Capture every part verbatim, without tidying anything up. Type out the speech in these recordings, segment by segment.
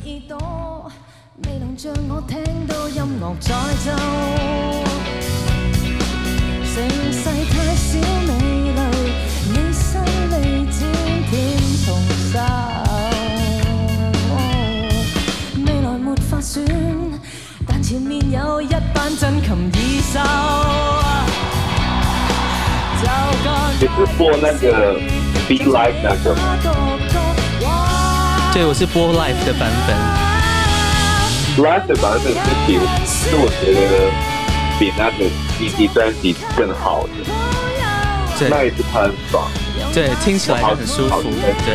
耳朵，未能像我聽到音樂在奏。盛世太少美麗，你犀利天天同手。未來沒法選，但前面有一班真琴耳手。 你是播那个 Be Live 那个吗？ 对，我是播 Live 的版本。 Live 的版本是比是我觉得比那个 C D 专辑更好的。 对， 那一次它很爽。 对，听起来就很舒服。对。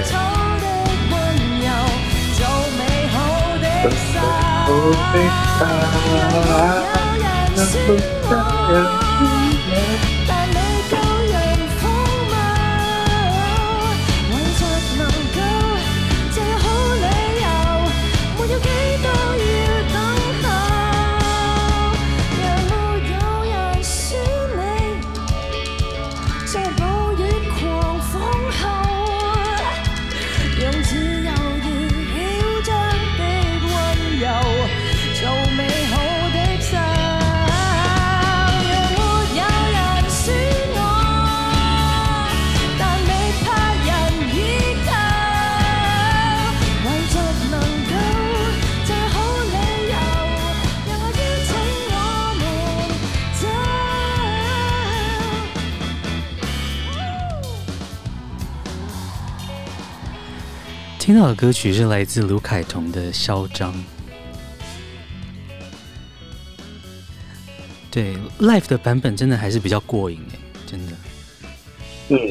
听到的歌曲是来自卢凯彤的《嚣张》。对 ，Live 的版本真的还是比较过瘾哎，真的。 嗯。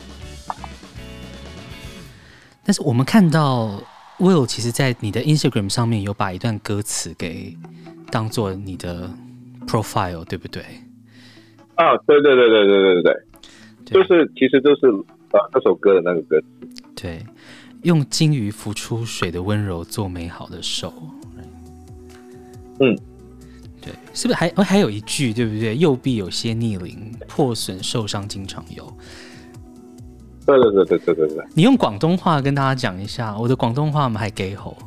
但是我们看到 Will 其实在你的 Instagram 上面有把一段歌词给当做你的 profile， 对不对？ 啊，对对对对对对对，就是其实就是呃那首歌的那个歌词。 对。用金鱼浮出水的温柔做美好的手。 嗯， 对，是不是还还有一句对不对？右臂有些逆鳞，破损受伤经常有。 对对对对对对对。你用广东话跟大家讲一下，我的广东话我们还給好。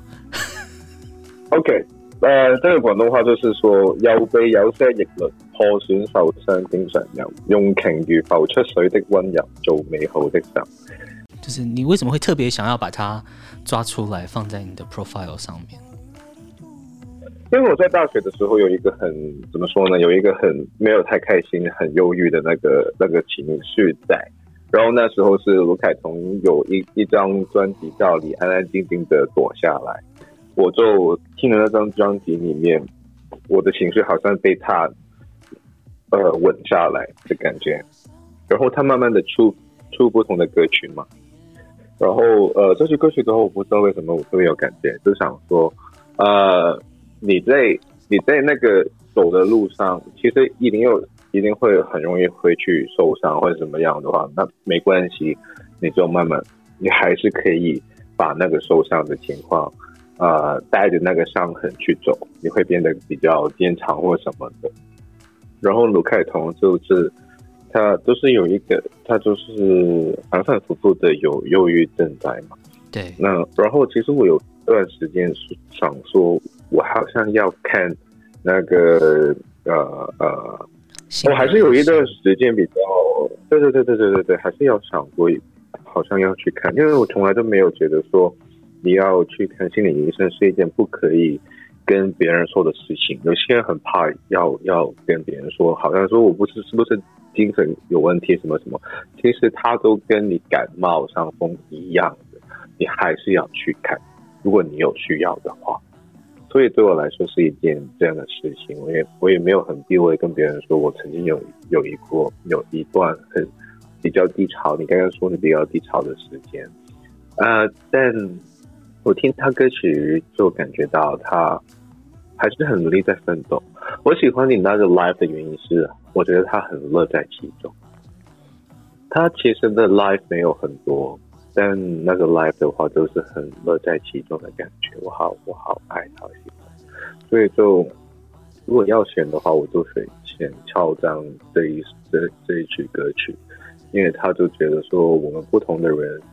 OK， 呃，這個廣東話就是說，右臂有些逆鱗，破損受傷經常有，用鯨魚浮出水的溫柔做美好的手。 就是你为什么会特别想要把它抓出来放在你的 profile 上面？ 因为我在大学的时候有一个很怎么说呢，有一个很没有太开心、很忧郁的那个那个情绪在。然后那时候是卢凯彤有一一张专辑叫《你安安静静的躲下来》，我就听了那张专辑里面，我的情绪好像被他呃稳下来的感觉。然后他慢慢的出出不同的歌曲嘛。然后呃，这些歌曲之后，我不知道为什么我特别有感觉，就想说，呃，你在你在那个走的路上，其实一定有一定会很容易会去受伤或者怎么样的话，那没关系，你就慢慢，你还是可以把那个受伤的情况，呃，带着那个伤痕去走，你会变得比较坚强或什么的。然后卢凯彤就是。他就是有一个，他就是反反复复的有忧郁症在嘛。 对。 那然后其实我有段时间想说，我好像要看那个呃呃，我还是有一段时间比较，对对对对对对对，还是要想过，好像要去看，因为我从来都没有觉得说你要去看心理医生是一件不可以跟别人说的事情。有些人很怕要要跟别人说，好像说我不是是不是。精神有问题什么什么，其实它都跟你感冒伤风一样的，你还是要去看，如果你有需要的话。所以对我来说是一件这样的事情，我也我也没有很避讳跟别人说我曾经有有一过有一段很比较低潮，你刚刚说的比较低潮的时间，呃，但我听他歌曲就感觉到他还是很努力在奋斗。我喜欢你那个 live 的原因是，我觉得他很乐在其中。他其实的 live 没有很多，但那个 live 的话都是很乐在其中的感觉。我好，我好爱，好喜欢。所以就如果要选的话，我就选选俏张这一这这一曲歌曲，因为他就觉得说我们不同的人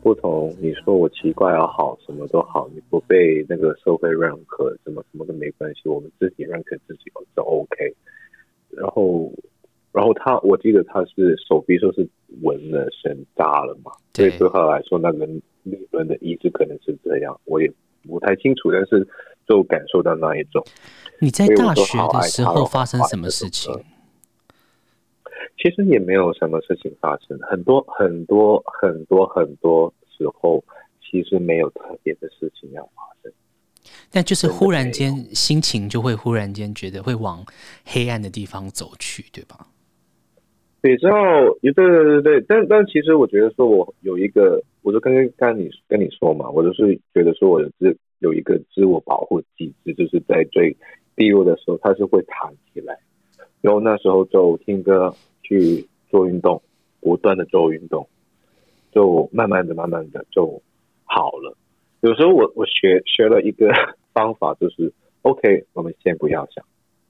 不同，你说我奇怪也好，什么都好，你不被那个社会认可，什么什么都没关系，我们自己认可自己就 OK。然后，然后他，我记得他是手臂说是纹了生扎了嘛，所以对他来说那个理论的意思可能是这样，我也不太清楚，但是就感受到那一种。 你在大学的时候发生什么事情？ 其实也没有什么事情发生，很多很多很多很多时候，其实没有特别的事情要发生。但就是忽然间心情就会忽然间觉得会往黑暗的地方走去，对吧？ 比较对对对对，但但其实我觉得说我有一个，我就跟刚你跟你说嘛，我就是觉得说我有自有一个自我保护机制，就是在最低落的时候，它是会弹起来，然后那时候就听歌。去做运动，不断的做运动，就慢慢的、慢慢的就好了。有时候我我学学了一个方法，就是 OK， 我们先不要想，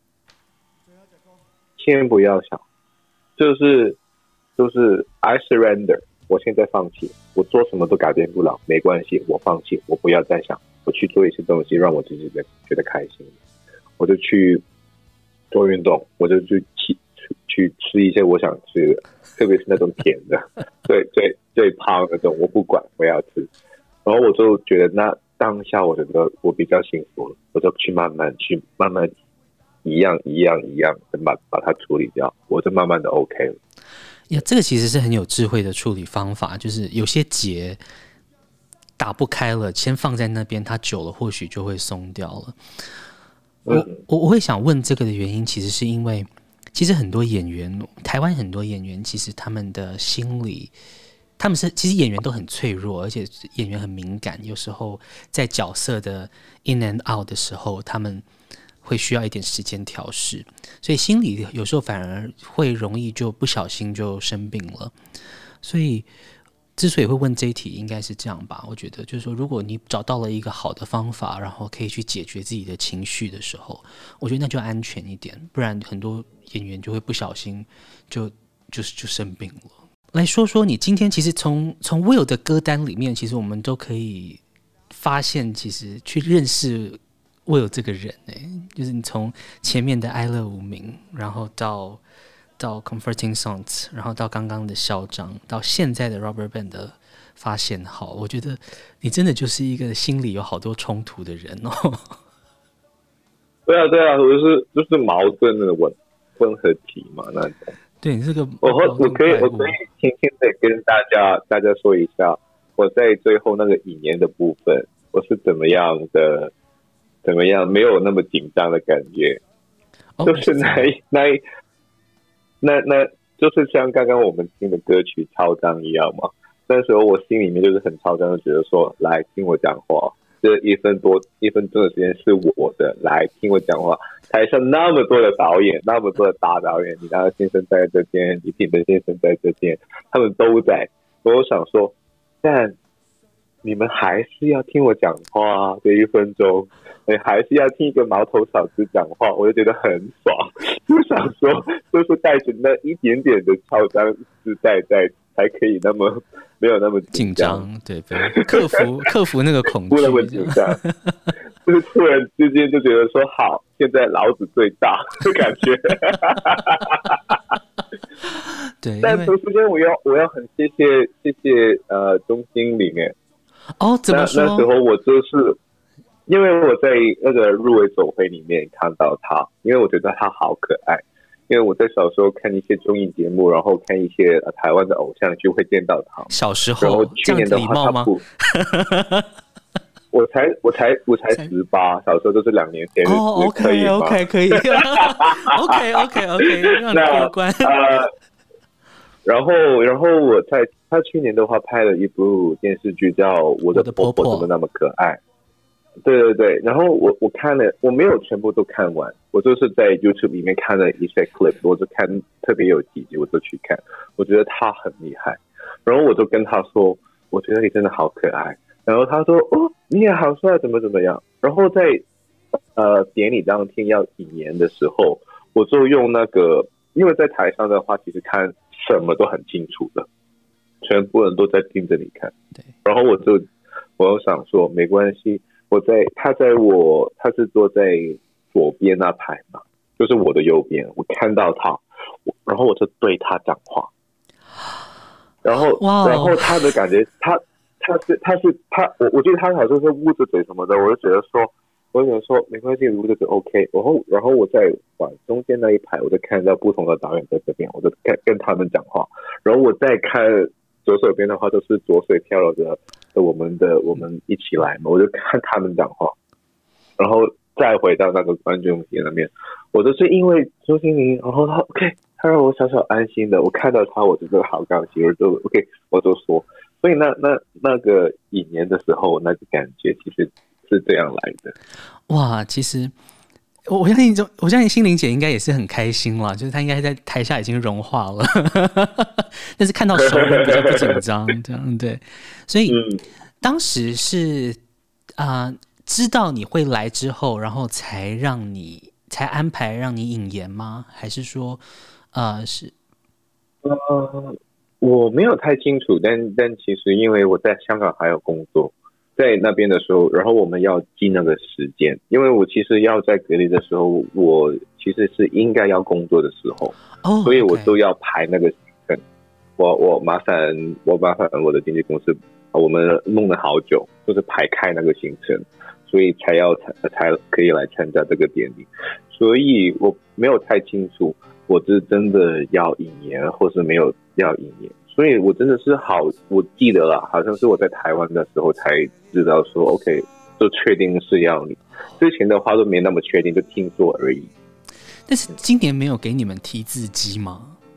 先不要想，就是就是 I surrender， 我现在放弃，我做什么都改变不了，没关系，我放弃，我不要再想，我去做一些东西让我自己觉得开心，我就去做运动，我就去去。去吃一些我想吃的，特别是那种甜的，最最最胖那种，我不管，我要吃。然后我就觉得那当下我觉得我比较幸福了，我就去慢慢去慢慢一样一样一样的把把它处理掉，我就慢慢的 OK 了。 呀，这个其实是很有智慧的处理方法，就是有些结打不开了，先放在那边，它久了或许就会松掉了。我、嗯、我我会想问这个的原因，其实是因为。其实很多演员，台湾很多演员，其实他们的心理，他们是其实演员都很脆弱，而且演员很敏感。有时候在角色的 in and out 的时候，他们会需要一点时间调试，所以心理有时候反而会容易就不小心就生病了。所以之所以会问这一题，应该是这样吧？我觉得就是说，如果你找到了一个好的方法，然后可以去解决自己的情绪的时候，我觉得那就安全一点，不然很多演员就会不小心就就是就生病了。来说说你今天其实从从 Will 的歌单里面，其实我们都可以发现，其实去认识 Will 这个人、欸，就是你从前面的哀乐无名，然后到。到 Comforting Songs， 然后到刚刚的嚣张，到现在的 Rubber Band 的发现好，我觉得你真的就是一个心里有好多冲突的人哦。 对啊，对啊，我就是就是矛盾的混混合体嘛，那种。 对，你这个我我可以我可以轻轻的跟大家大家说一下，我在最后那个引言的部分，我是怎么样的怎么样没有那么紧张的感觉，哦、就是那那。那那就是像刚刚我们听的歌曲超张一样嘛，那时候我心里面就是很超张的觉得说，来听我讲话，这一分多一分钟的时间是我的，来听我讲话。台上那么多的导演，那么多的大导演，李达先生在这边，李品德先生在这边，他们都在。我想说，但你们还是要听我讲话啊，这一分钟，你还是要听一个毛头小子讲话，我就觉得很爽。就想说，就是带着那一点点的超张自在在，才可以那么没有那么紧张， 对对，克服克服那个恐惧， 不那么紧张，就是突然之间就觉得说，好，现在老子最大的感觉。 对， 但同时间我要我要很谢谢谢谢呃钟经理哎。 哦，怎么说？ 那那时候我就是因为我在那个入围总会里面看到他，因为我觉得他好可爱。因为我在小时候看一些综艺节目，然后看一些、呃、台湾的偶像剧会见到他。 小时候， 然后去年的话他不，我才我才我才十八，小时候都是两年前。 哦 ，OK OK 可以，OK OK OK 让你过关。 呃然后，然后我在他去年的话拍了一部电视剧，叫《我的婆婆怎么那么可爱》。对对对，然后我我看了，我没有全部都看完，我就是在 YouTube 里面看了一些 clip， 我就看特别有几集，我就去看，我觉得他很厉害。然后我就跟他说，我觉得你真的好可爱。然后他说，哦，你也好帅，怎么怎么样。然后在呃典礼当天要引言的时候，我就用那个，因为在台上的话，其实看什么都很清楚的， 全部人都在盯着你看。 对， 然后我就我又想说没关系，我在他在我他是坐在左边那排嘛，就是我的右边，我看到他，然后我就对他讲话，然后、wow. 然后他的感觉他他是他是他我我觉得他好像是捂着嘴什么的，我就觉得说。我就想说没关系，如果这个 OK， 然后然后我再往中间那一排，我就看到不同的导演在这边，我就跟跟他们讲话，然后我再看左手边的话，就是左水漂流的我们的我们一起来嘛，我就看他们讲话，然后再回到那个观众席那边，我就是因为周星驰，然后他 OK， 他让我小小安心的，我看到他我就觉得好高兴，我就 OK， 我就说，所以那那那个一年的时候，那个感觉其实。是这样来的。 哇，其实我相信，我相信心凌姐应该也是很开心啦，就是她应该在台下已经融化了，但是看到熟人比较不紧张，这样对。所以、嗯、当时是啊、呃，知道你会来之后，然后才让你才安排让你引言吗？还是说呃是呃我没有太清楚，但但其实因为我在香港还有工作。在那边的时候，然后我们要记那个时间，因为我其实要在隔离的时候，我其实是应该要工作的时候， oh, okay. 所以我都要排那个行程。我我麻烦我麻烦我的经纪公司，我们弄了好久，就是排开那个行程，所以才要才可以来参加这个典礼。所以我没有太清楚，我是真的要引言，或是没有要引言。所以我真的是好，我记得了，好像是我在台湾的时候才知道说 ，OK， 就确定是要你。之前的话都没那么确定，就听说而已。 但是今年没有给你们提字机吗？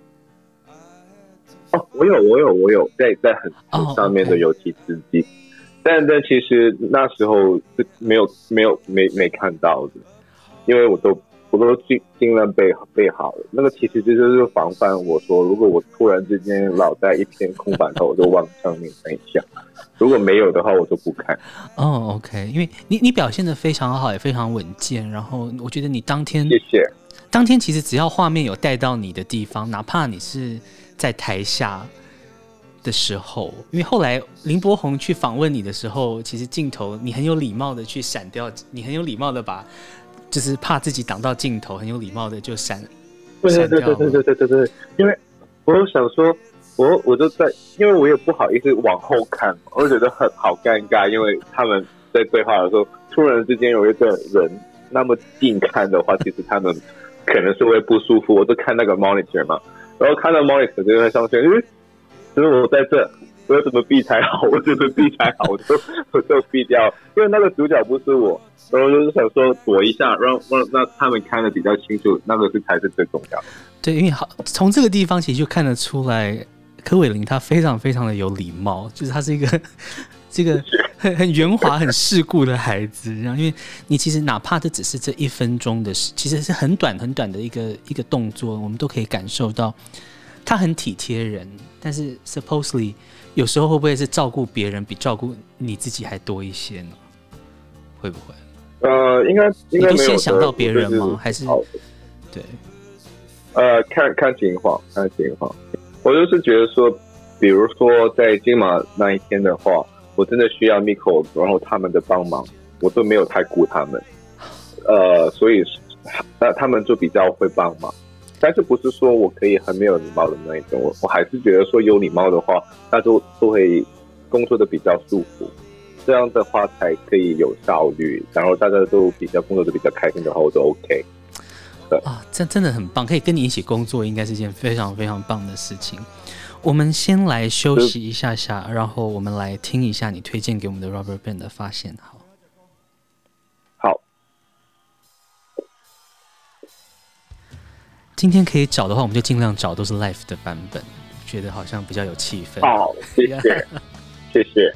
哦，我有，我有，我有，在在很上面的有提字机， oh, okay. 但但其实那时候是没有没有没没看到的，因为我都。我都尽尽量备备好了，那个其实就是防范我说，如果我突然之间脑袋一片空白后，我就往上面看一下；如果没有的话，我就不看。 哦 ，OK， 因为你你表现得非常好，也非常稳健，然后我觉得你当天， 谢谢。 当天其实只要画面有带到你的地方，哪怕你是在台下的时候，因为后来林柏宏去访问你的时候，其实镜头你很有礼貌的去闪掉，你很有礼貌的把。就是怕自己挡到镜头，很有礼貌的就闪， 对对对对对对对对对，因为我想说，我我就在，因为我也不好意思往后看，我就觉得很好尴尬，因为他们在对话的时候，突然之间有一个人那么近看的话，其实他们可能是会不舒服。我就看那个 monitor 嘛，然后看到 monitor 就会上去，因为就是我在这。我要怎么避才好？我就是避才好，我就我就避掉，因为那个主角不是我，然后就是想说躲一下，让让让他们看得比较清楚，那个是才是最重要的。 对，因为好从这个地方其实就看得出来，柯伟林他非常非常的有礼貌，就是他是一个这个很很圆滑、很世故的孩子。这样，因为你其实哪怕这只是这一分钟的事，其实是很短很短的一个一个动作，我们都可以感受到他很体贴人，但是 supposedly。有时候会不会是照顾别人比照顾你自己还多一些呢？会不会？ 呃，应该应该没有。你先想到别人吗？还是对？ 呃，看看情况，看情况。我就是觉得说，比如说在金马那一天的话，我真的需要 Miko， 然后他们的帮忙，我都没有太顾他们。呃，所以那他们就比较会帮忙。但是不是说我可以很没有礼貌的那一种，我我还是觉得说有礼貌的话，大家都都会工作的比较舒服，这样的话才可以有效率，然后大家都比较工作的比较开心的话，我就 OK。 啊，这真的很棒，可以跟你一起工作，应该是一件非常非常棒的事情。我们先来休息一下下，然后我们来听一下你推荐给我们的 RubberBand 的发现，好。今天可以找的话，我们就尽量找都是 live 的版本，觉得好像比较有气氛。 好，谢谢，谢谢。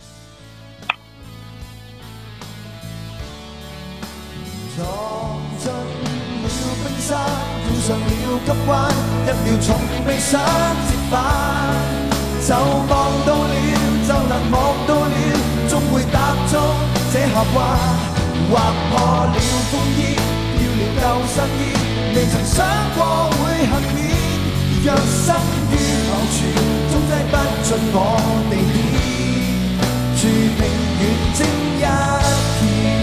撞進了冰山，跳上了急彎，一秒重被想折返，就望到了，就能望到了，終會踏中這峽灣，劃破了風衣，掉了救生衣。未曾想過會幸免， 若生於某處，終擠不進我地點，注定遠征一片。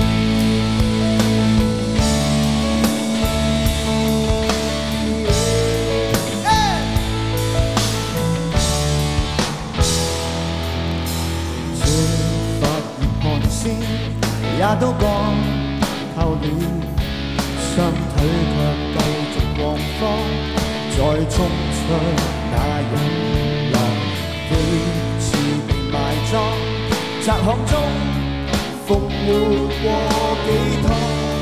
這發熱汗線也都乾透了，雙腿卻繼續狂放，再衝出那人浪，幾次被埋葬，窄巷中復活過幾趟，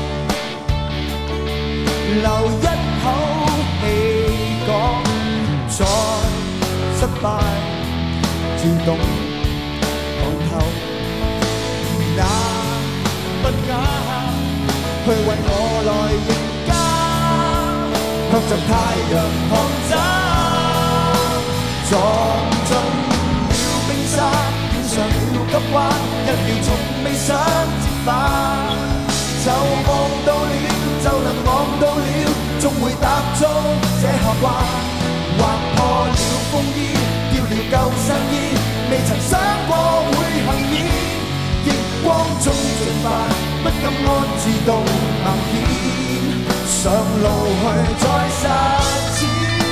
留一口氣講，再失敗自動看透，那不假去為我來迎家，向着太陽看走，撞進了冰山，染上了急彎，一秒從未想折返，就望到了，就能望到了，終會踏足這下關，劃破了風衣，掉了救生衣，未曾想過會幸免，逆光中進發，不敢安置到盲點，上路去再實踐。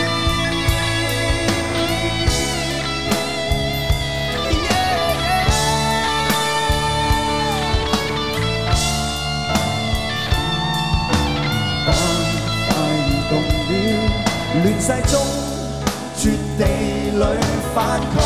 當快移動了，亂世中絕地裏反抗，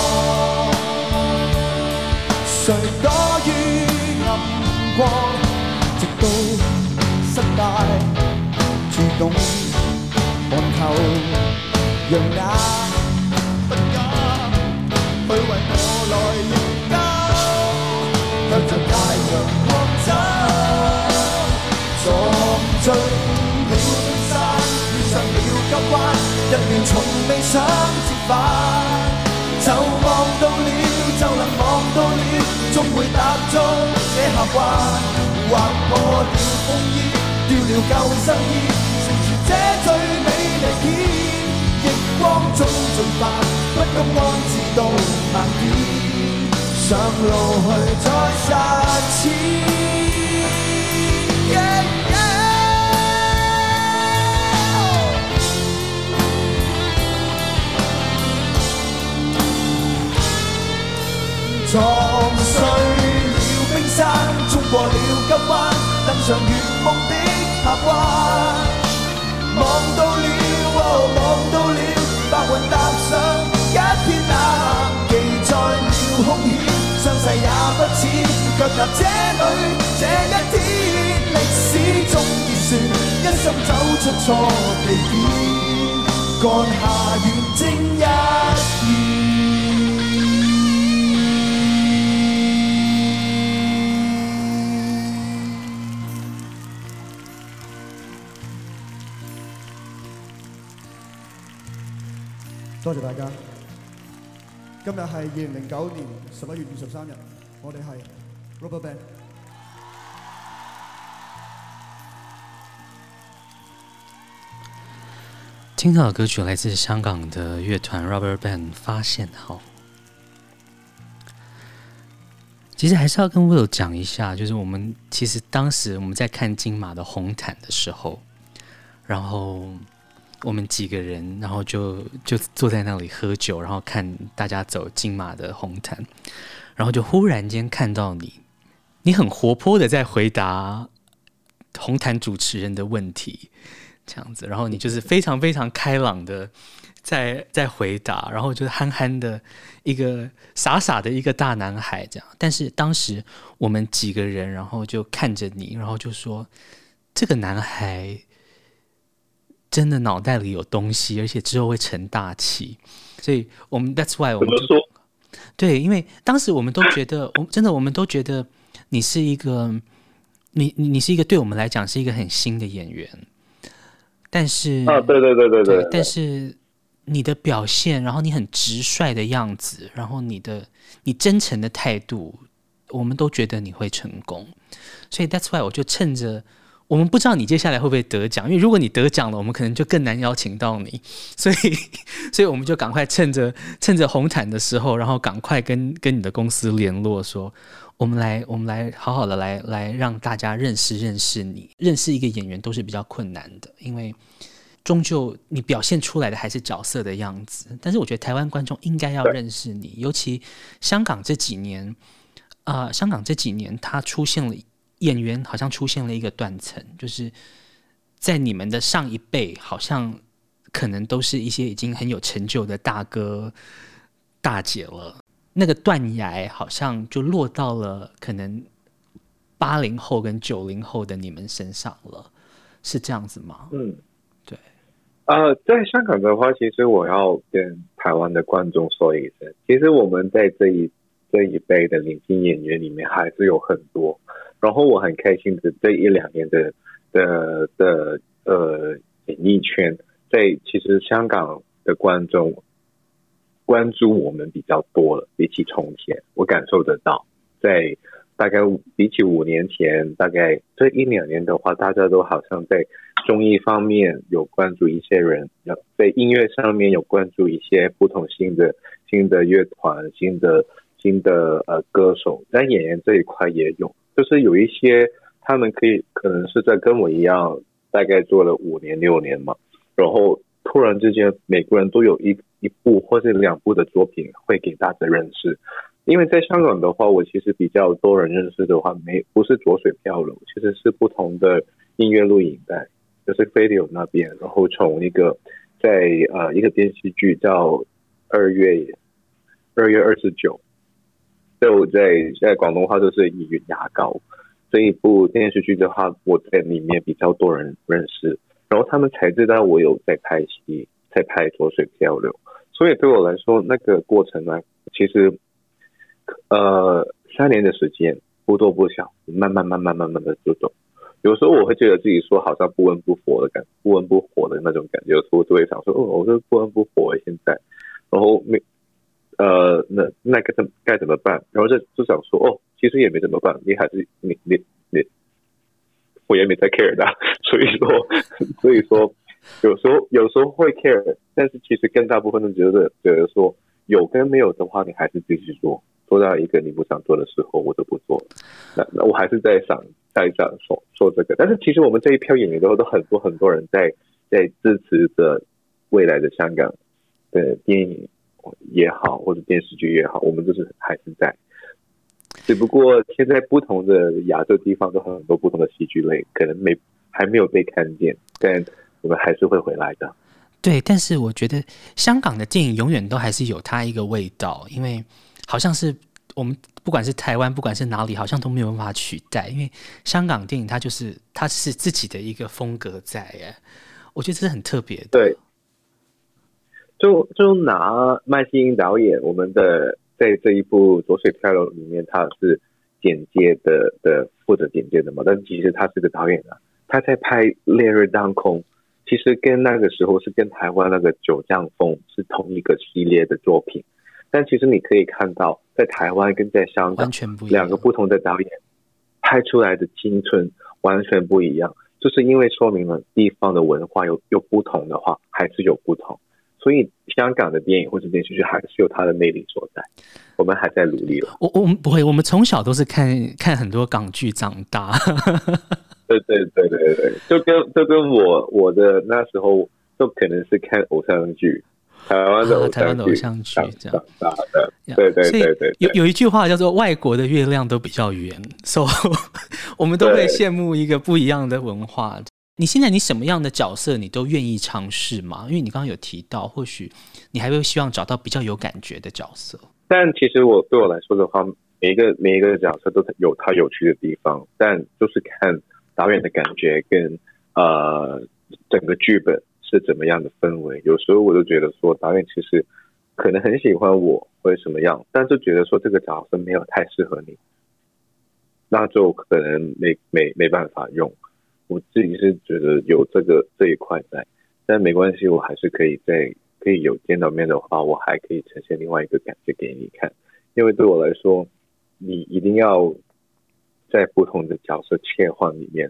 誰躲於暗光，直到失敗自動看透，讓那不假去為我來迎交，向着太陽看走，撞進了冰山，遇上了急彎，一秒從未想折返，就望到了，就能望到了，終會踏足這下關，劃破了風衣，掉了救生衣，成全這最美歷險，逆光中進發，不敢安置到盲點，上路去再實踐。Yeah, yeah. 撞碎了冰山，衝過了急彎，登上圓夢的峽灣，望到了，哦，望到了，白雲踏上一片藍，記載了兇險，傷勢也不淺，腳踏這裏這一天，歷史終結算，一生走出錯地點，幹下遠征一片。多謝大家。今日係二零零九年十一月二十三日，我哋係 RubberBand。 听到的歌曲来自香港的乐团 RubberBand 发现号。其实还是要跟 Will 讲一下，就是我们其实当时我们在看金马的红毯的时候，然后我们几个人，然后就就坐在那里喝酒，然后看大家走金马的红毯，然后就忽然间看到你，你很活泼的在回答红毯主持人的问题，这样子，然后你就是非常非常开朗的在在回答，然后就是憨憨的一个傻傻的一个大男孩这样。但是当时我们几个人，然后就看着你，然后就说这个男孩真的脑袋里有东西，而且之后会成大器。所以我们 that's why 我们就说，对，因为当时我们都觉得，我真的我们都觉得你是一个，你你是一个对我们来讲是一个很新的演员，但是啊，对对对对 对, 对，但是你的表现，然后你很直率的样子，然后你的你真诚的态度，我们都觉得你会成功。所以 that's why 我就趁着我们不知道你接下来会不会得奖，因为如果你得奖了，我们可能就更难邀请到你，所以，所以我们就赶快趁着趁着红毯的时候，然后赶快跟跟你的公司联络说，我们来我们来好好的来来让大家认识认识你，认识一个演员都是比较困难的，因为终究你表现出来的还是角色的样子，但是我觉得台湾观众应该要认识你，尤其香港这几年，呃，香港这几年它出现了。演员好像出现了一个断层，就是在你们的上一辈好像可能都是一些已经很有成就的大哥大姐了，那个断崖好像就落到了可能八零后跟九零后的你们身上了，是这样子吗？ 嗯， 对。 呃，在香港的话，其实我要跟台湾的观众说一声，其实我们在这一这一辈的年轻演员里面还是有很多。然后我很开心的这一两年的的的呃演艺圈，在其实香港的观众关注我们比较多了，比起从前，我感受得到。在大概比起五年前，大概这一两年的话，大家都好像在综艺方面有关注一些人，在音乐上面有关注一些不同新的新的乐团、新的新的呃歌手，在演员这一块也有。就是有一些他们可以可能是在跟我一样大概做了五年六年嘛，然后突然之间每个人都有一一部或是两部的作品会给大家认识。因为在香港的话，我其实比较多人认识的话没不是浊水漂流，其实是不同的音乐录影带，就是飞流那边，然后从一个在呃一个电视剧叫二月二月二十九，就在在广东话就是以云牙膏这一部电视剧的话，我在里面比较多人认识，然后他们才知道我有在拍戏，在拍浊水漂流。所以对我来说，那个过程呢，其实呃三年的时间不多不少，慢慢慢慢慢慢的就走。有时候我会觉得自己说好像不温不火的感，不温不火的那种感觉，有时候我就会想说，哦，我是不温不火现在，然后没。呃，那那该怎该怎么办？然后就就想说，哦，其实也没怎么办，你还是你你你，我也没在 care 的，所以说所以说有时候有时候会 care， 但是其实更大部分的觉得觉得说有跟没有的话，你还是继续做，做到一个你不想做的时候，我就不做了。那那我还是在想在这样说说这个，但是其实我们这一票演员都都很多很多人在在支持着未来的香港的电影也好，或者电视剧也好，我们就是还是在，只不过现在不同的亚洲地方都很多不同的戏剧类，可能没还没有被看见，但我们还是会回来的。 对，但是我觉得香港的电影永远都还是有它一个味道，因为好像是我们不管是台湾，不管是哪里，好像都没有办法取代，因为香港电影它就是它是自己的一个风格在耶，我觉得这是很特别的。 对。就就拿麦希英导演，我们的在这一部《浊水漂流》里面，他是剪接的的负责剪接的嘛，但其实他是个导演啊。他在拍《烈日当空》，其实跟那个时候是跟台湾那个《九降风》是同一个系列的作品，但其实你可以看到，在台湾跟在香港完全不一样， 两个不同的导演拍出来的青春完全不一样，就是因为说明了地方的文化有有不同的话，还是有不同。所以香港的电影或者电视剧还是有它的魅力所在，我们还在努力了。 我我们不会，我们从小都是看看很多港剧长大。 对对对对对，就跟就跟我我的那时候就可能是看偶像剧，台湾的偶像剧、啊、 台湾的偶像剧这样长大的。对对对 对, 对， 有有一句话叫做"外国的月亮都比较圆"，所以我们都会羡慕一个不一样的文化。你现在你什么样的角色你都愿意尝试吗？因为你刚刚有提到，或许你还会希望找到比较有感觉的角色。 但其实我对我来说的话，每一个每一个角色都有它有趣的地方，但就是看导演的感觉跟呃整个剧本是怎么样的氛围。有时候我就觉得说，导演其实可能很喜欢我或者什么样，但是觉得说这个角色没有太适合你，那就可能没没没办法用。我自己是觉得有这个这一块在，但没关系，我还是可以在可以有见到面的话，我还可以呈现另外一个感觉给你看。因为对我来说，你一定要在不同的角色切换里面，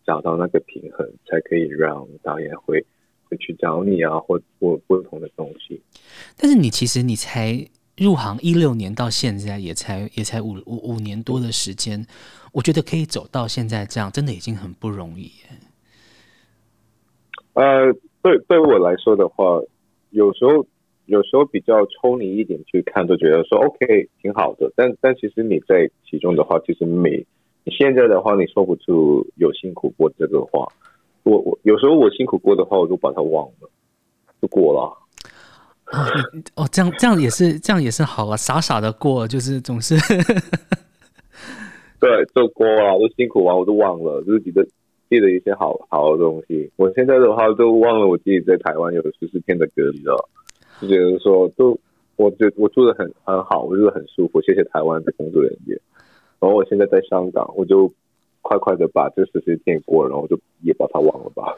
找到那个平衡，才可以让导演会会去找你啊，或或不同的东西。 但是你其实你才入行一六年到现在也才也才五五五年多的时间，我觉得可以走到现在这样，真的已经很不容易耶。 呃，对对我来说的话，有时候有时候比较抽离一点去看，就觉得说 OK 挺好的，但但其实你在其中的话，其实没你现在的话，你说不出有辛苦过这个话。我我有时候我辛苦过的话，我就把它忘了，就过了。 哦，哦，这样这样也是这样也是好啊，傻傻的过，就是总是对，就过了，就辛苦完我就忘了，就是记得记得一些好好的东西。我现在的话就忘了我自己在台湾有十四天的隔离了，就觉得说，就我觉我住的很很好，我住的很舒服，谢谢台湾的工作人员。然后我现在在香港，我就快快的把这十四天过了，然后就也把它忘了吧。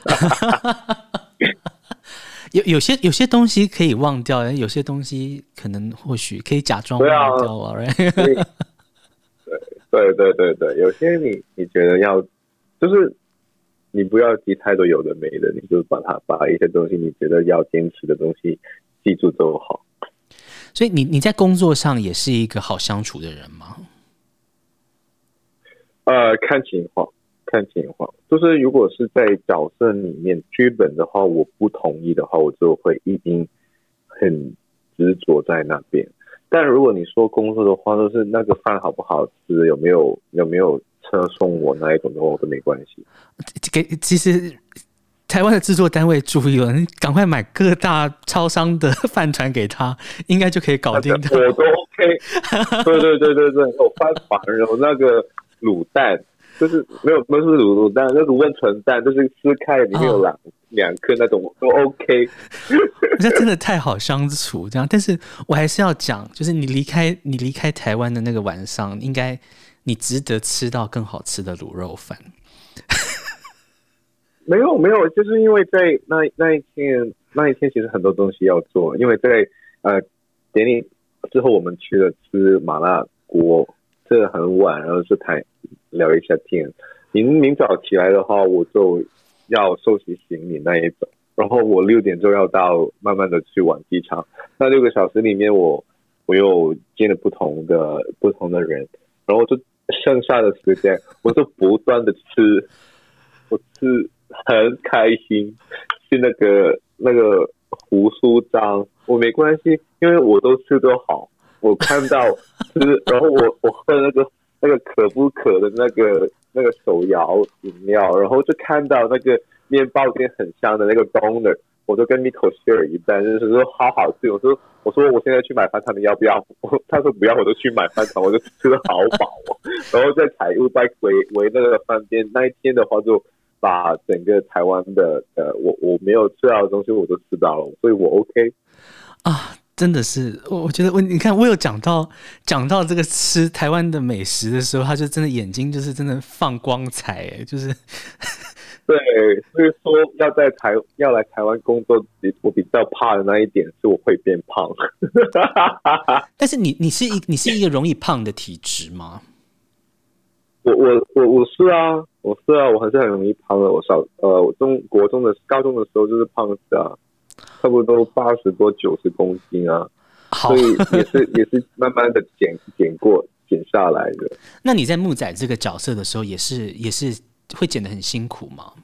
有有些有些东西可以忘掉，有些东西可能或许可以假装忘掉啊。 对对对对对，有些你你觉得要，就是你不要记太多有的没的，你就把它把一些东西你觉得要坚持的东西记住就好。 所以你你在工作上也是一个好相处的人吗？ 呃，看情况。看情况，就是如果是在角色里面剧本的话，我不同意的话，我就会一定很执着在那边。但如果你说工作的话，就是那个饭好不好吃，有没有有没有车送我那一种的话，我都没关系。 给其实台湾的制作单位注意了，你赶快买各大超商的饭团给他，应该就可以搞定他。 我都 OK。对对对对对，有饭团，有那个卤蛋。就是没有不是卤卤蛋，那卤温纯蛋，就是撕开里面有两、哦、两颗那种都 OK。 这真的太好相处，这样。但是我还是要讲，就是你离开你离开台湾的那个晚上，应该你值得吃到更好吃的卤肉饭。 没有没有，就是因为在那那一天那一天其实很多东西要做，因为在呃典礼之后我们去了吃麻辣锅，吃得很晚，然后是谈。聊一下天，明明早起来的话，我就要收拾行李那一种，然后我六点就要到，慢慢的去往机场。那六个小时里面我，我我又见了不同的不同的人，然后就剩下的时间，我就不断的吃，我吃很开心，吃那个那个胡酥章，我没关系，因为我都吃得好，我看到吃，然后我我喝那个。那个可不可的那个那个手摇饮料，然后就看到那个面包店很香的那个 donut， 我就跟 Miko share 一半，就是说好好吃。我说我说我现在去买饭团，你要不要？他说不要，我就去买饭团，我就吃得好饱哦。然后在采乌拜回回那个饭店，那一天的话就把整个台湾的呃我我没有吃到的东西我都吃到了，所以我 OK 啊。真的是，我觉得我你看，我有讲到讲到这个吃台湾的美食的时候，他就真的眼睛就是真的放光彩，哎，就是对，所以说要在台要来台湾工作，我比较怕的那一点是我会变胖。 但是你你是一你是一个容易胖的体质吗？ 我我我我是啊，我是啊，我还是很容易胖的。我小呃，我中国中的高中的时候就是胖子啊。差不多八十多九十公斤啊，所以也是也是慢慢的减减过减下来的。 那你在木仔这个角色的时候，也是也是会减得很辛苦吗？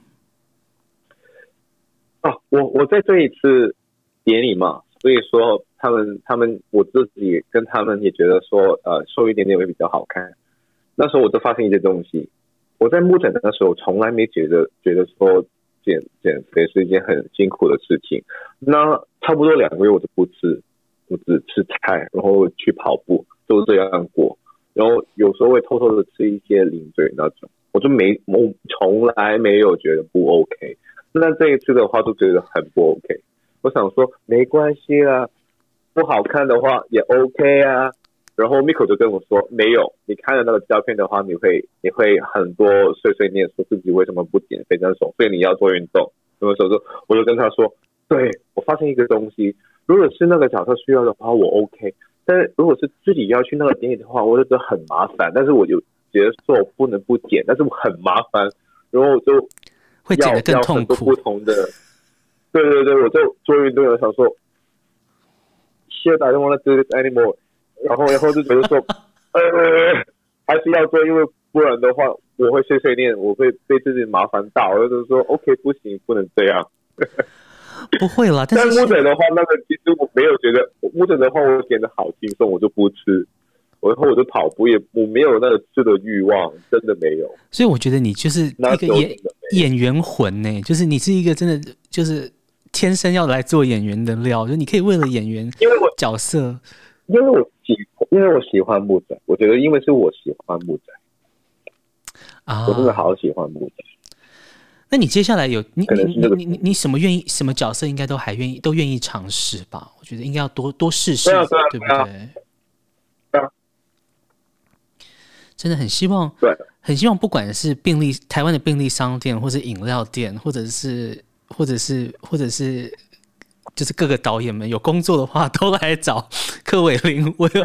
啊，我我在这一次典礼嘛，所以说他们他们我自己跟他们也觉得说，呃，瘦一点点会比较好看。那时候我就发现一些东西，我在木仔的那时候从来没觉得觉得说。减减肥是一件很辛苦的事情，那差不多两个月我就不吃，我只吃菜，然后去跑步，就这样过。然后有时候会偷偷的吃一些零嘴那种，我就没我从来没有觉得不 OK。那这一次的话就觉得很不 OK。我想说没关系啦，不好看的话也 OK 啊。然后 Miko 就跟我说，没有，你看了那个照片的话，你会你会很多碎碎念，说自己为什么不减肥那种，所以你要做运动。那时候就我就跟他说，对，我发现一个东西，如果是那个角色需要的话，我 OK， 但是如果是自己要去那个典礼的话，我就觉得很麻烦。但是我就觉得说我不能不减，但是我很麻烦。 然后我就会剪得更痛苦。 不同的，对对对，我就做运动，我想说 ，shit I don't want to do this anymore， 然后然后就觉得说，呃，还是要做，因为不然的话我会碎碎念，我会被自己麻烦到，我就说 OK 不行，不能这样。 不会啦，但是木枕的话，那个其实我没有觉得木枕的话，我点的好轻松，我就不吃。然后我就跑步，也我没有那个吃的欲望，真的没有。 所以我觉得你就是一个演演员魂呢，就是你是一个真的就是天生要来做演员的料，就是你可以为了演员因为我角色， 因为我喜因为我喜欢木枕，我觉得因为是我喜欢木枕啊，我真的好喜欢木枕。 那你接下来有你你你你你你什么愿意什么角色应该都还愿意都愿意尝试吧？我觉得应该要多多试试， 对,、啊对, 啊、对不对？ 对啊， 真的很希望， 对， 很希望不管是便利台湾的便利商店，或者饮料店，或者是或者是或者是就是各个导演们有工作的话，都来找柯伟林。我有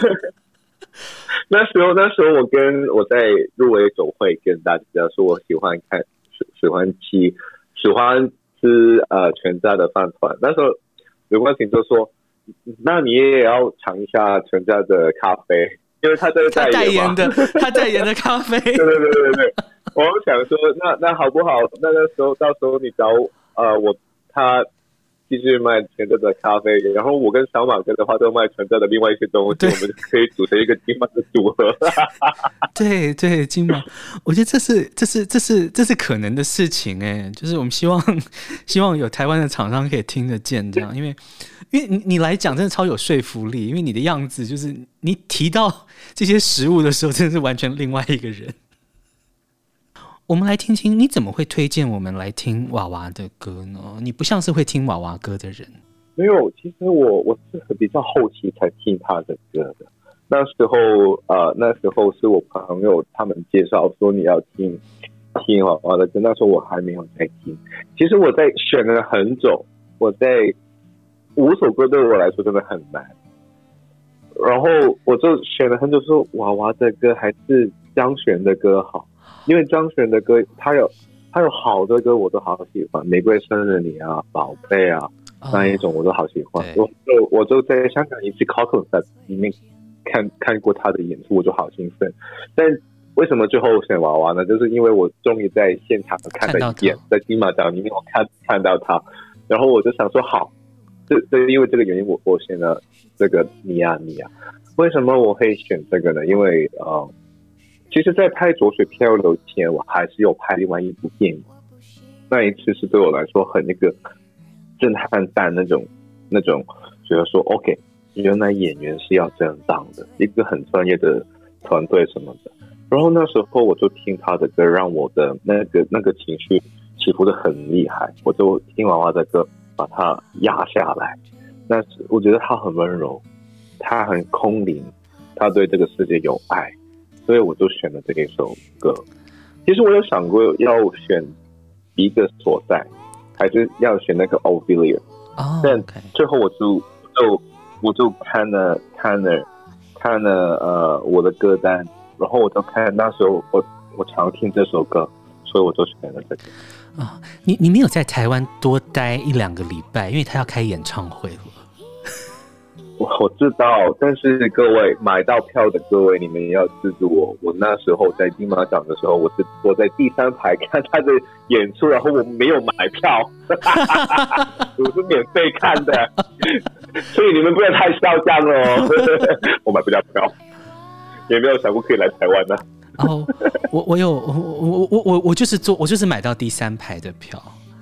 那时候那时候我跟我在入围总会跟大家说，我喜欢看。喜欢吃喜欢吃呃全家的饭团，那时候刘冠廷就说：“那你也要尝一下全家的咖啡，因为他在他代言的，他代言的咖啡。”对对对对对，我想说，那那好不好？那个时候到时候你找呃我他继续卖全家的咖啡，然后我跟小马哥的话都卖全家的另外一些东西，我们就可以组成一个金马的组合。 对对，金马，我觉得这是这是这是这是可能的事情哎，就是我们希望希望有台湾的厂商可以听得见这样，因为因为你你来讲真的超有说服力，因为你的样子就是你提到这些食物的时候，真的是完全另外一个人。我们来听听你怎么会推荐我们来听娃娃的歌呢？你不像是会听娃娃歌的人。 没有，其实我我是比较后期才听他的歌的。那时候呃，那时候是我朋友他们介绍说你要听听娃娃的歌，那时候我还没有在听。其实我在选了很久，我在五首歌对我来说真的很难。然后我就选了很久，说娃娃的歌还是张悬的歌好。因为张悬的歌，他有他有好多歌我都好喜欢，玫瑰生日你啊，宝贝啊，那一种我都好喜欢。我就我就在香港一次 concert 里面看看过他的演出，我就好兴奋。但为什么最后选娃娃呢？就是因为我终于在现场看了一遍，在金马奖里面我看看到他，然后我就想说好，这这因为这个原因我我选了这个你啊你啊。为什么我会选这个呢？因为呃。其实在拍浊水漂流前，我还是有拍另外一部电影，那一次是对我来说很那个震撼弹那种那种觉得说 OK 原来演员是要这样当的，一个很专业的团队什么的。然后那时候我就听他的歌，让我的那个那个情绪起伏的很厉害，我就听娃娃的歌把它压下来。那我觉得他很温柔，他很空灵，他对这个世界有爱，所以我就选了这一首歌。其实我有想过要选一个所在，还是要选那个 Ophelia， oh, 但最后我就就我就看了看了看了呃我的歌单，然后我就看那时候我我常听这首歌，所以我就选了这个。 啊，你你没有在台湾多待一两个礼拜，因为他要开演唱会了。 我我知道，但是各位买到票的各位，你们也要记住我。我那时候在金马奖的时候，我是坐在第三排看他的演出，然后我没有买票，我是免费看的，所以你们不要太嚣张哦。我买不了票，也没有想过可以来台湾呢、啊。 哦，我我有我我我我我就是坐我就是买到第三排的票。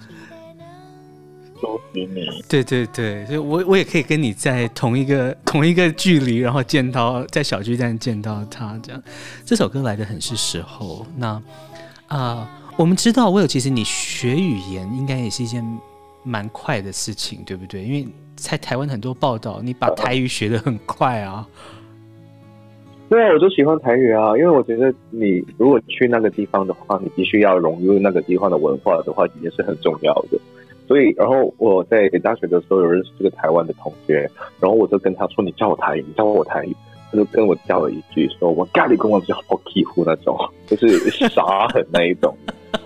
恭喜你！ 对对对，所以我我也可以跟你在同一个同一个距离，然后见到在小巨蛋见到他这样。这首歌来得很是时候。那啊、呃，我们知道，我有其实你学语言应该也是一件蛮快的事情，对不对？因为在台湾很多报道，你把台语学得很快啊。 对啊，我就喜欢台语啊，因为我觉得你如果去那个地方的话，你必须要融入那个地方的文化的话，语言是很重要的。所以，然后我在大学的时候有认识这个台湾的同学，然后我就跟他说：“你教我台语，你教我台语。”他就跟我教了一句，说：“我咖喱跟我比较好欺负那种，就是傻狠那一种。”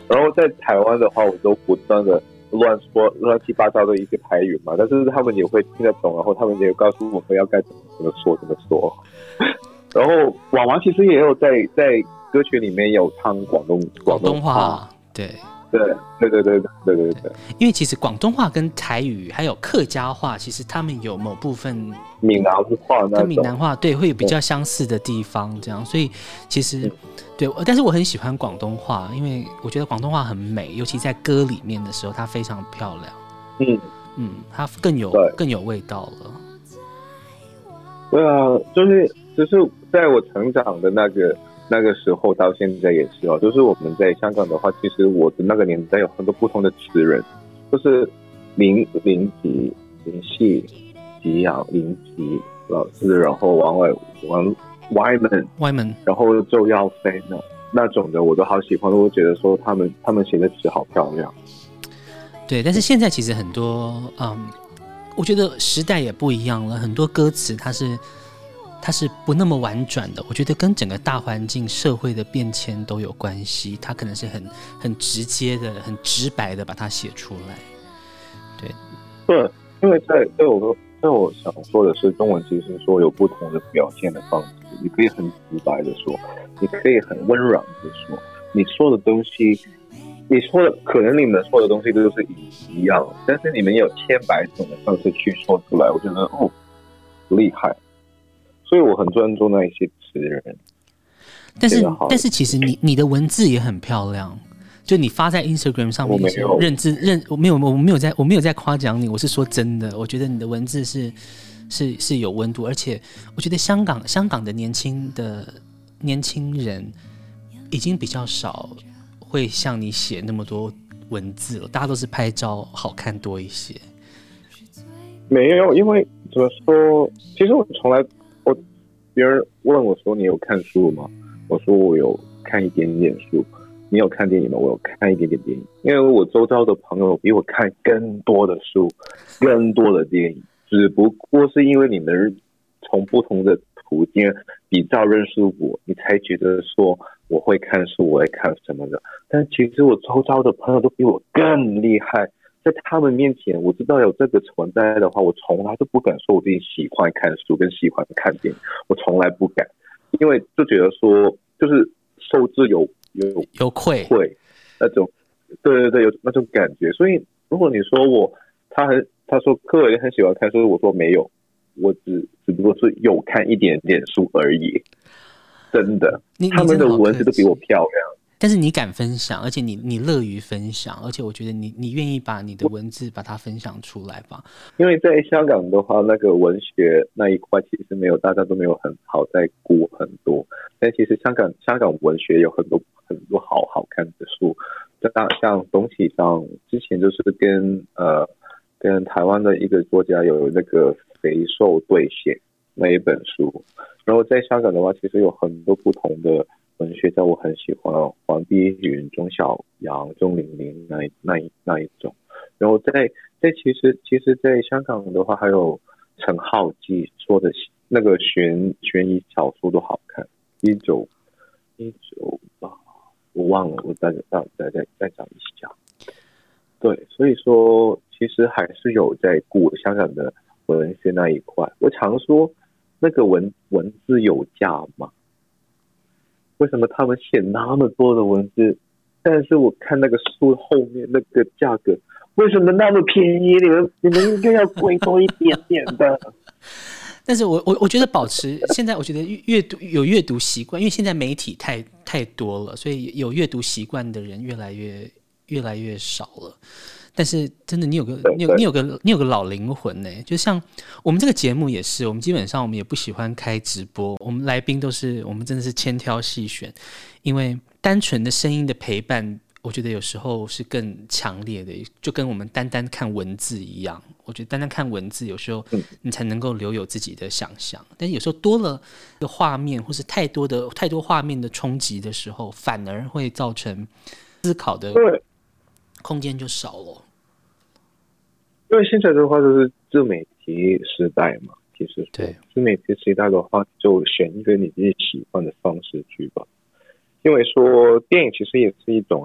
然后在台湾的话，我都不断的乱说乱七八糟的一些台语嘛，但是他们也会听得懂，然后他们也告诉我们要该怎么怎么说怎么说。然后娃娃其实也有在在歌曲里面有唱广东广东话，对。 对对对对对对对， 因为其实广东话跟台语还有客家话，其实他们有某部分闽南话那种跟闽南话对会有比较相似的地方，这样，所以其实、嗯、对，但是我很喜欢广东话，因为我觉得广东话很美，尤其在歌里面的时候，它非常漂亮。 嗯嗯，它更有更有味道了。 对啊，就是就是在我成长的那个。那个时候到现在也是哦，就是我们在香港的话，其实我的那个年代有很多不同的词人，就是林林吉、林夕、吉阳、林吉老师，然后王伟、王 Wyman、 Wyman， 然后周耀飞那那种的，我都好喜欢，我觉得说他们他们写的词好漂亮。 对，但是现在其实很多，嗯，我觉得时代也不一样了，很多歌词它是。它是不那么婉转的，我觉得跟整个大环境、社会的变迁都有关系。它可能是很很直接的、很直白的把它写出来。对， 对，因为在在我在我想说的是，中文其实说有不同的表现的方式。你可以很直白的说，你可以很温软的说，你说的东西，你说的可能你们说的东西都是一样，但是你们有千百种的方式去说出来，我觉得哦，厉害。所以我很尊重那一些词人， 但是但是其实你你的文字也很漂亮，就你发在 Instagram 上面认字认我没有我没有在我没有在夸奖你，我是说真的，我觉得你的文字是是是有温度，而且我觉得香港香港的年轻的年轻人已经比较少会像你写那么多文字了，大家都是拍照好看多一些。 没有，因为怎么说，其实我从来。我别人问我说你有看书吗？我说我有看一点点书。你有看电影吗？我有看一点点电影。因为我周遭的朋友比我看更多的书，更多的电影，只不过是因为你们从不同的途径比较认识我，你才觉得说我会看书，我会看什么的。但其实我周遭的朋友都比我更厉害。在他们面前，我知道有这个存在的话，我从来都不敢说我自己喜欢看书跟喜欢看电影，我从来不敢，因为就觉得说就是受之有有有愧愧那种，对对对，有那种感觉。所以如果你说我他很他说柯伟很喜欢看书，我说没有，我只只不过是有看一点点书而已，真的， 你他们的文字都比我漂亮。 但是你敢分享，而且你你乐于分享，而且我觉得你你愿意把你的文字把它分享出来吧。 因为在香港的话，那个文学那一块其实没有，大家都没有很好在顾很多。但其实香港香港文学有很多很多好好看的书，像东西上之前就是跟呃跟台湾的一个作家有那个肥瘦对写那一本书，然后在香港的话，其实有很多不同的。文学家我很喜欢哦，黄碧云、钟晓阳、钟玲玲那一那一那一种，然后在在其实其实，在香港的话，还有陈浩基说的那个悬悬疑小说都好看，一九一九吧，我忘了，我再再再再再找一下。对，所以说其实还是有在顾香港的文学那一块。我常说那个文文字有价吗？为什么他们写那么多的文字，但是我看那个书后面那个价格为什么那么便宜？你们你们应该要贵多一点点的。 但是我我我觉得保持现在，我觉得阅读有阅读习惯，因为现在媒体太太多了，所以有阅读习惯的人越来越越来越少了。但是真的，你有个你有你有个你有个老灵魂呢，就像我们这个节目也是，我们基本上我们也不喜欢开直播，我们来宾都是我们真的是千挑细选，因为单纯的声音的陪伴，我觉得有时候是更强烈的，就跟我们单单看文字一样。我觉得单单看文字，有时候你才能够留有自己的想象，但是有时候多了一个画面，或是太多的太多画面的冲击的时候，反而会造成思考的空间就少了。 因为现在的话就是自媒体时代嘛，其实对自媒体时代的话，就选一个你自己喜欢的方式去吧。因为说电影其实也是一种啊，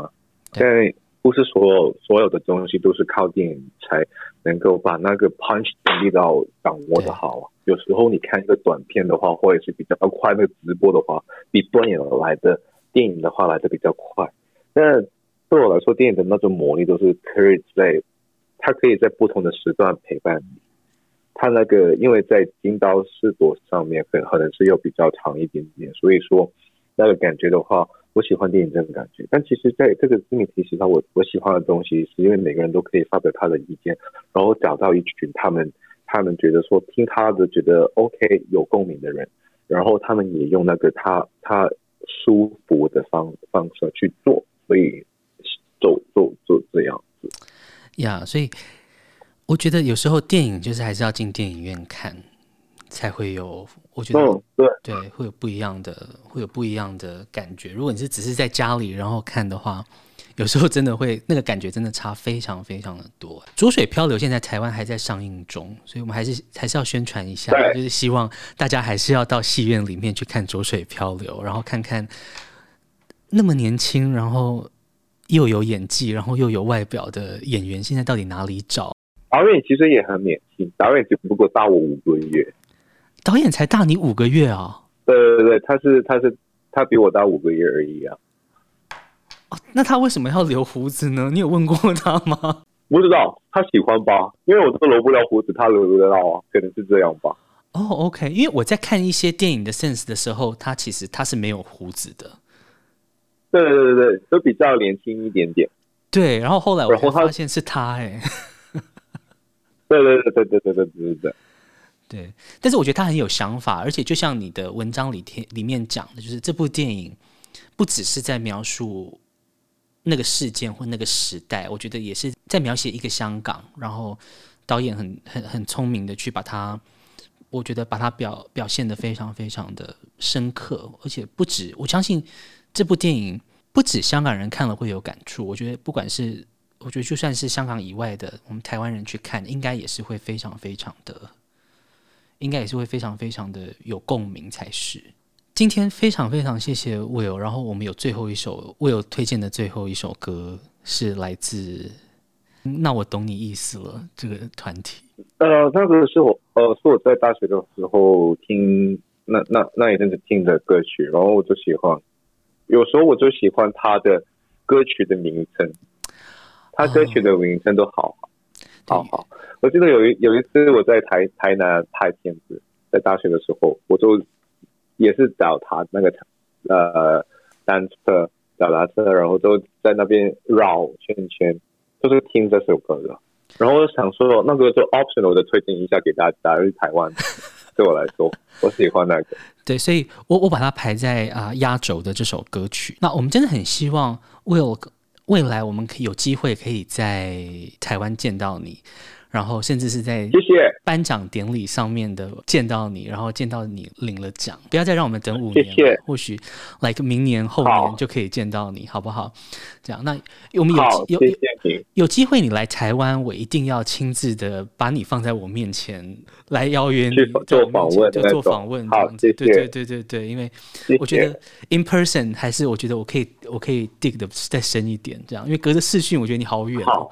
但不是所有所有的东西都是靠电影才能够把那个 punch 力道掌握的好。有时候你看一个短片的话，或者是比较快那个直播的话，比短影来的电影的话来的比较快。那对我来说，电影的那种魔力都是可以在，它可以在不同的时段陪伴你。它那个因为在金刀视朵上面可能是又比较长一点点，所以说那个感觉的话，我喜欢电影这种感觉。但其实在这个自媒体时代，我我喜欢的东西是因为每个人都可以发表他的意见，然后找到一群他们他们觉得说听他的觉得 OK 有共鸣的人，然后他们也用那个他他舒服的方方式去做，所以做做做这样子呀。Yeah, 所以我觉得有时候电影就是还是要进电影院看，才会有，我觉得、 嗯、对对，会有不一样的，会有不一样的感觉。如果你是只是在家里然后看的话，有时候真的会那个感觉真的差非常非常的多。浊水漂流现在台湾还在上映中，所以我们还是还是要宣传一下，就是希望大家还是要到戏院里面去看浊水漂流，然后看看那么年轻，然后又有演技，然后又有外表的演员现在到底哪里找。 导演其实也很年轻，导演只不过大我五个月。 导演才大你五个月啊？ 对对对，他是他是他比我大五个月而已啊。 哦，那他为什么要留胡子呢？你有问过他吗？ 不知道，他喜欢吧？因为我都留不了胡子，他留得到啊，可能是这样吧。 哦 ，OK， 因为我在看一些电影的 sense 的时候，他其实他是没有胡子的。 对对对对，都比较年轻一点点。 对，然后后来我才发现是他哎、欸。 对对对对对对对对对。 对，但是我觉得他很有想法，而且就像你的文章里里面讲的，就是这部电影不只是在描述那个事件或那个时代，我觉得也是在描写一个香港，然后导演很很很聪明的去把它，我觉得把它表表现得非常非常的深刻，而且不止，我相信这部电影不止香港人看了会有感触，我觉得不管是我觉得就算是香港以外的我们台湾人去看，应该也是会非常非常的。应该也是会非常非常的有共鸣才是。今天非常非常谢谢 Will， 然后我们有最后一首 Will 推荐的最后一首歌是来自那我懂你意思了这个团体。 呃，那个是我呃是我在大学的时候听那那那一阵子听的歌曲，然后我就喜欢，有时候我就喜欢他的歌曲的名称，他歌曲的名称都好好好。我记得有一有一次我在台台南拍片子，在大学的时候，我就也是找他那个呃单车脚踏车，然后就在那边绕圈圈，就是听这首歌的。然后我想说，那个就 optional 的推荐一下给大家，因为台湾对我来说，我喜欢那个。 对，所以我我把它排在啊压轴的这首歌曲。那我们真的很希望 Will 未来我们可以有机会可以在台湾见到你。然后甚至是在颁奖典礼上面的见到你，然后见到你领了奖，不要再让我们等五年了，谢谢，或许 like 明年后年就可以见到你，好不好？这样，那我们有有有有机会你来台湾，我一定要亲自的把你放在我面前来邀约你做访问， 就做访问这样子。对对对对对，因为我觉得 in person 还是我觉得我可以我可以 dig 的再深一点，这样，因为隔着视讯，我觉得你好远哦。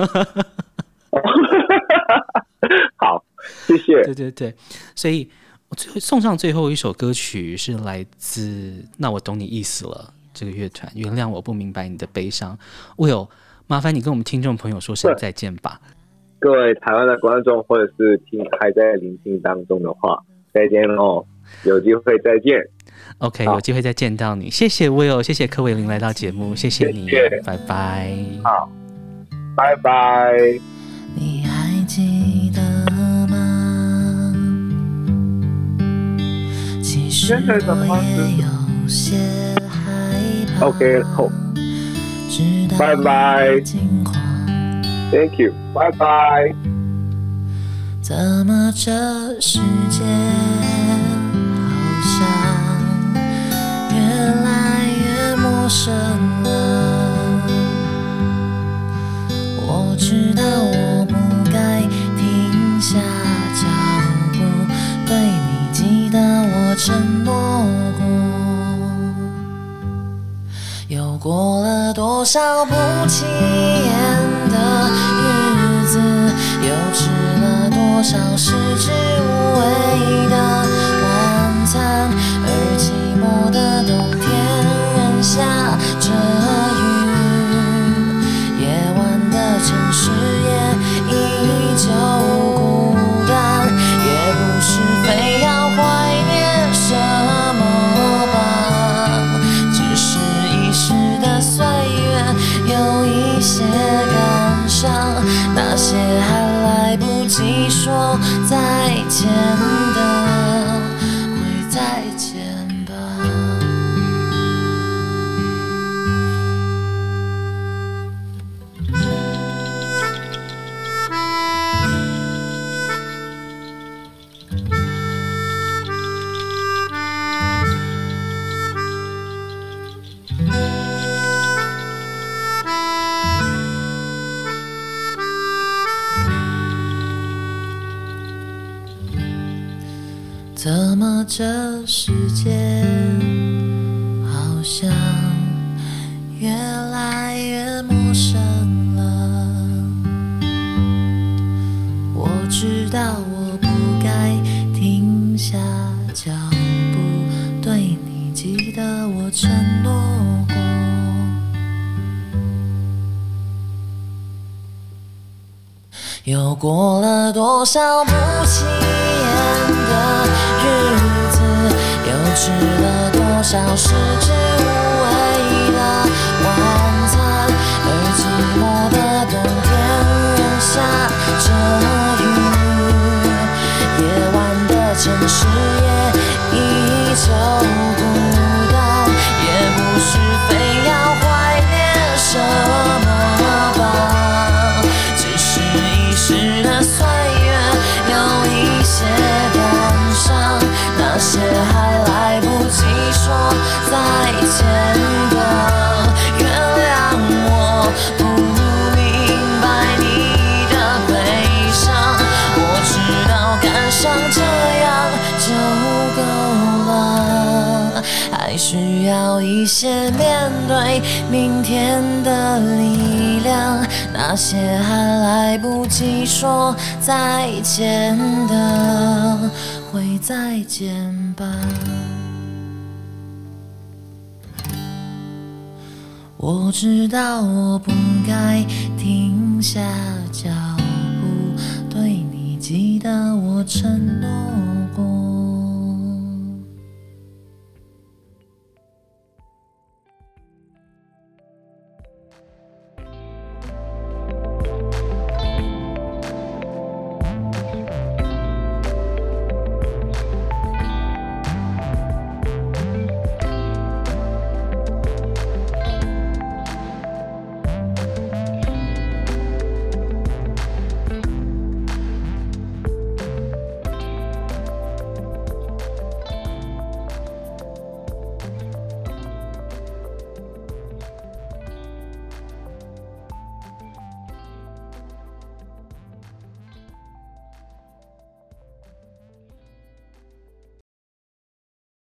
好，谢谢。 对对对，所以我最后送上最后一首歌曲是来自那我懂你意思了这个乐团，原谅我不明白你的悲伤。Will， 麻烦你跟我们听众朋友说声再见吧。 各位台湾的观众或者是听还在聆听当中的话，再见哦，有机会再见。 OK， 有机会再见到你，谢谢 Will， 谢谢柯伟林来到节目，谢谢你，谢谢，拜拜。 好，拜拜。 你还记得吗？其实我也有些害怕。 OK， 好，拜拜。Thank you， 拜拜。 怎么这世界好像越来越陌生了？我知道我不该停下脚步，对你记得我承诺过， 又过了多少不起眼的日子，又吃了多少食之无味的晚餐，而寂寞的冬天仍下着雨，夜晚的城市也依旧孤单，也不是非要怀念什么吧，只是一时的岁月有一些感伤，那些还来不及说再见的，会再见吧。怎么这世界好像越来越陌生了？我知道我不该停下脚步，对你记得我承诺过。又过了多少不起眼的日子，又吃了多少食之无味的晚餐，而寂寞的冬天仍下着雨，夜晚的城市也依旧孤单，也不是非要怀念什么吧，只是一时的岁月有一些感伤，那些还来不及说再见的，原谅我不明白你的悲伤，我知道感伤这样就够了，还需要一些面对明天的力量，那些还来不及说再见的，会再见吧。我知道我不该停下脚步，对你记得我承诺过。